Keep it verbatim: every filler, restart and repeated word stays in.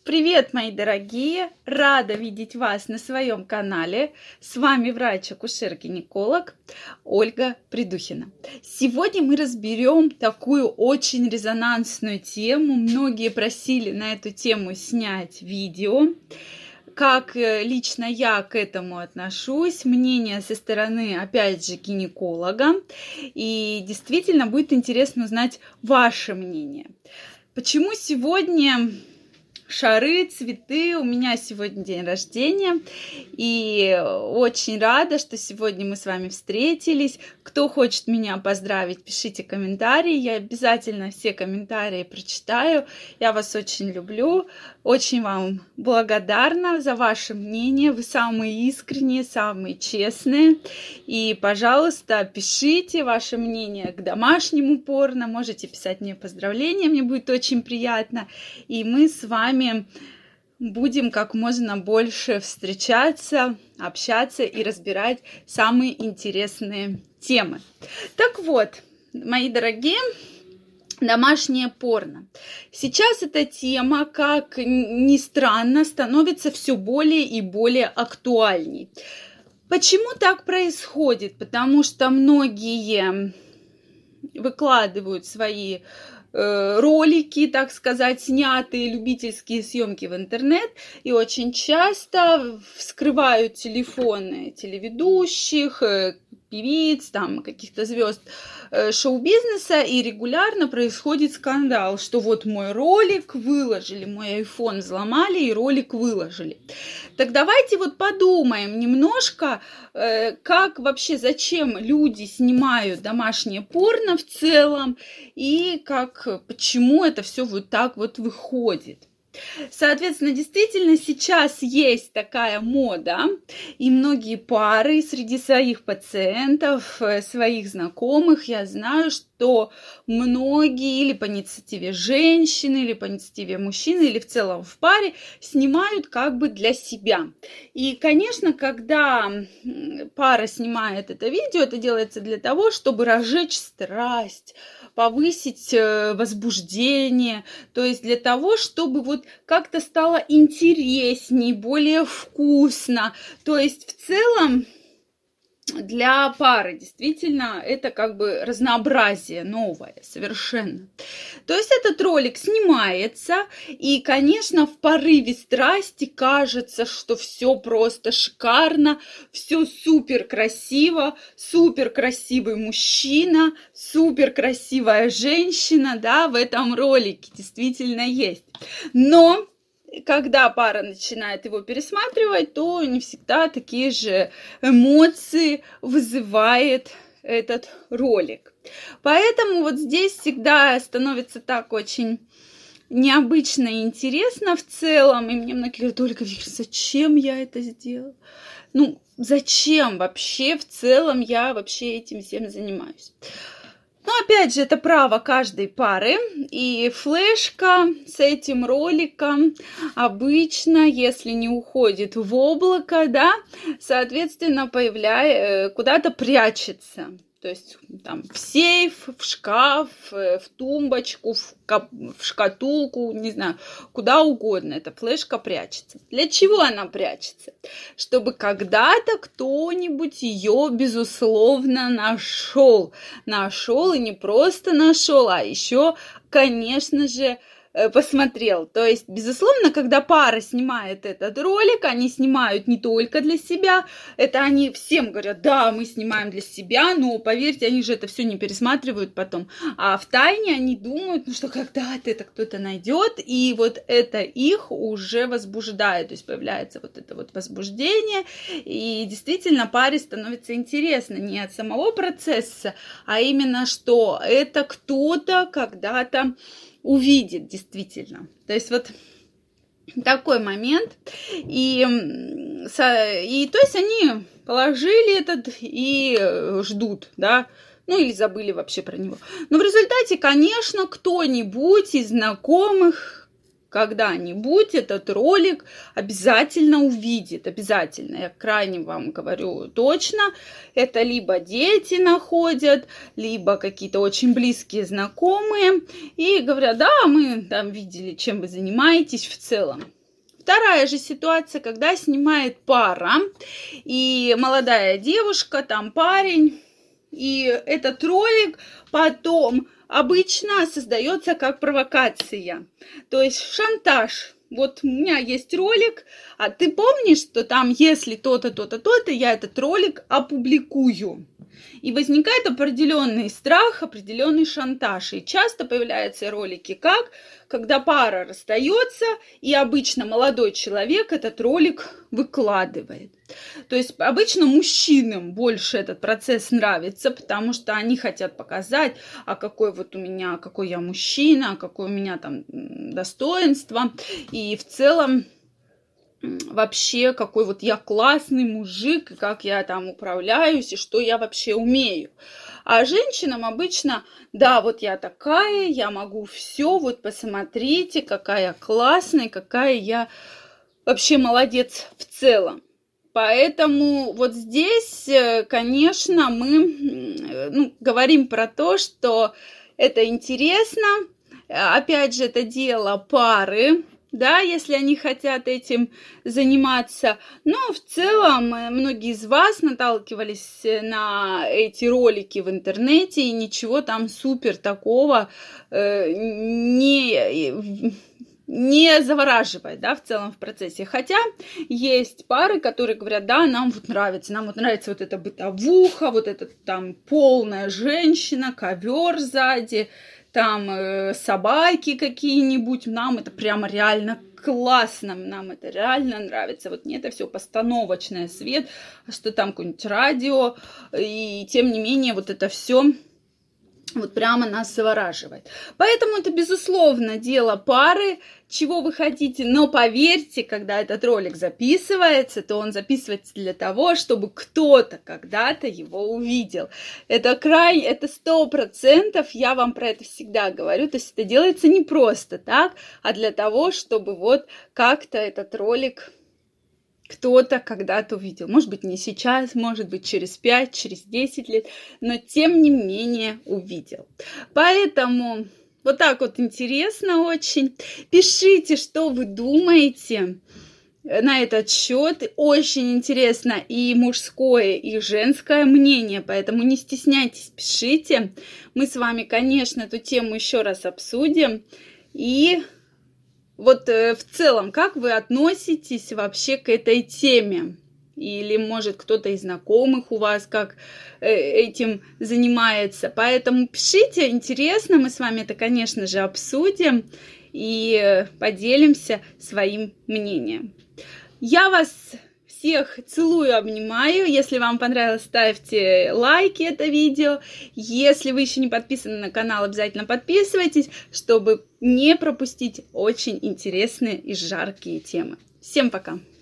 Привет, мои дорогие! Рада видеть вас на своем канале. С вами врач-акушер-гинеколог Ольга Придухина. Сегодня мы разберем такую очень резонансную тему. Многие просили на эту тему снять видео. Как лично я к этому отношусь, мнение со стороны, опять же, гинеколога. И действительно будет интересно узнать ваше мнение. Почему сегодня шары, цветы? У меня сегодня день рождения, и очень рада, что сегодня мы с вами встретились. Кто хочет меня поздравить, пишите комментарии, я обязательно все комментарии прочитаю. Я вас очень люблю, очень вам благодарна за ваше мнение, вы самые искренние, самые честные. И, пожалуйста, пишите ваше мнение к домашнему порно, можете писать мне поздравления, мне будет очень приятно. И мы с вами будем как можно больше встречаться, общаться и разбирать самые интересные темы. Так вот, мои дорогие, домашнее порно. Сейчас эта тема, как ни странно, становится все более и более актуальней. Почему так происходит? Потому что многие выкладывают свои ролики, так сказать, снятые любительские съемки в интернет, и очень часто вскрывают телефоны телеведущих, певиц, там, каких-то звезд шоу-бизнеса, и регулярно происходит скандал, что вот мой ролик выложили, мой iPhone взломали и ролик выложили. Так давайте вот подумаем немножко, как вообще, зачем люди снимают домашнее порно в целом, и как, почему это все вот так вот выходит. Соответственно, действительно, сейчас есть такая мода, и многие пары среди своих пациентов, своих знакомых, я знаю, что многие или по инициативе женщины, или по инициативе мужчины, или в целом в паре снимают как бы для себя. И, конечно, когда пара снимает это видео, это делается для того, чтобы разжечь страсть, повысить возбуждение, то есть для того, чтобы вот как-то стало интересней, более вкусно. То есть в целом для пары действительно это как бы разнообразие новое совершенно. То есть этот ролик снимается, и, конечно, в порыве страсти кажется, что все просто шикарно, все супер красиво, супер красивый мужчина, супер красивая женщина, да, в этом ролике действительно есть. Но когда пара начинает его пересматривать, то не всегда такие же эмоции вызывает этот ролик. Поэтому вот здесь всегда становится так очень необычно и интересно в целом. И мне многие говорят: Ольга Викторовна, зачем я это сделала? Ну, зачем вообще в целом я вообще этим всем занимаюсь? Но опять же, это право каждой пары, и флешка с этим роликом обычно, если не уходит в облако, да, соответственно, появляется, куда-то прячется. То есть там в сейф, в шкаф, в тумбочку, в, кап- в шкатулку, не знаю, куда угодно эта флешка прячется. Для чего она прячется? Чтобы когда-то кто-нибудь ее, безусловно, нашел. Нашел и не просто нашел, а еще, конечно же, посмотрел. То есть, безусловно, когда пара снимает этот ролик, они снимают не только для себя, это они всем говорят: да, мы снимаем для себя, но поверьте, они же это все не пересматривают потом, а втайне они думают, ну что когда-то это кто-то найдет, и вот это их уже возбуждает, то есть появляется вот это вот возбуждение, и действительно паре становится интересно не от самого процесса, а именно, что это кто-то когда-то увидит действительно. То есть вот такой момент. И, и то есть они положили этот и ждут, да, ну или забыли вообще про него. Но в результате, конечно, кто-нибудь из знакомых когда-нибудь этот ролик обязательно увидит, обязательно, я крайне вам говорю точно, это либо дети находят, либо какие-то очень близкие знакомые, и говорят: да, мы там видели, чем вы занимаетесь в целом. Вторая же ситуация, когда снимает пара, и молодая девушка, там парень, и этот ролик потом обычно создается как провокация, то есть шантаж. Вот у меня есть ролик, а ты помнишь, что там, если то-то, то-то, то-то, я этот ролик опубликую. И возникает определенный страх, определенный шантаж. И часто появляются ролики как, когда пара расстается, и обычно молодой человек этот ролик выкладывает. То есть обычно мужчинам больше этот процесс нравится, потому что они хотят показать, а какой вот у меня, какой я мужчина, какое у меня там достоинство. И в целом вообще, какой вот я классный мужик, и как я там управляюсь, и что я вообще умею. А женщинам обычно, да, вот я такая, я могу все, вот посмотрите, какая я классная, какая я вообще молодец в целом. Поэтому вот здесь, конечно, мы ну, говорим про то, что это интересно. Опять же, это дело пары, да, если они хотят этим заниматься. Но в целом многие из вас наталкивались на эти ролики в интернете, и ничего там супер такого э, не... не завораживает, да, в целом в процессе. Хотя есть пары, которые говорят, да, нам вот нравится, нам вот нравится вот эта бытовуха, вот эта там полная женщина, ковер сзади, там э, собаки какие-нибудь, нам это прямо реально классно, нам это реально нравится. Вот не это все постановочное, свет, что там какое-нибудь радио, и тем не менее вот это все вот прямо нас завораживает. Поэтому это, безусловно, дело пары, чего вы хотите. Но поверьте, когда этот ролик записывается, то он записывается для того, чтобы кто-то когда-то его увидел. Это край, это сто процентов, я вам про это всегда говорю. То есть это делается не просто так, а для того, чтобы вот как-то этот ролик кто-то когда-то увидел. Может быть, не сейчас, может быть, через пять, через десять лет, но тем не менее увидел. Поэтому вот так вот интересно очень. Пишите, что вы думаете на этот счет. Очень интересно и мужское, и женское мнение, поэтому не стесняйтесь, пишите. Мы с вами, конечно, эту тему еще раз обсудим. И вот э, в целом, как вы относитесь вообще к этой теме? Или, может, кто-то из знакомых у вас как э, этим занимается? Поэтому пишите, интересно, мы с вами это, конечно же, обсудим и э, поделимся своим мнением. Я вас всех целую, обнимаю. Если вам понравилось, ставьте лайки это видео. Если вы еще не подписаны на канал, обязательно подписывайтесь, чтобы не пропустить очень интересные и жаркие темы. Всем пока!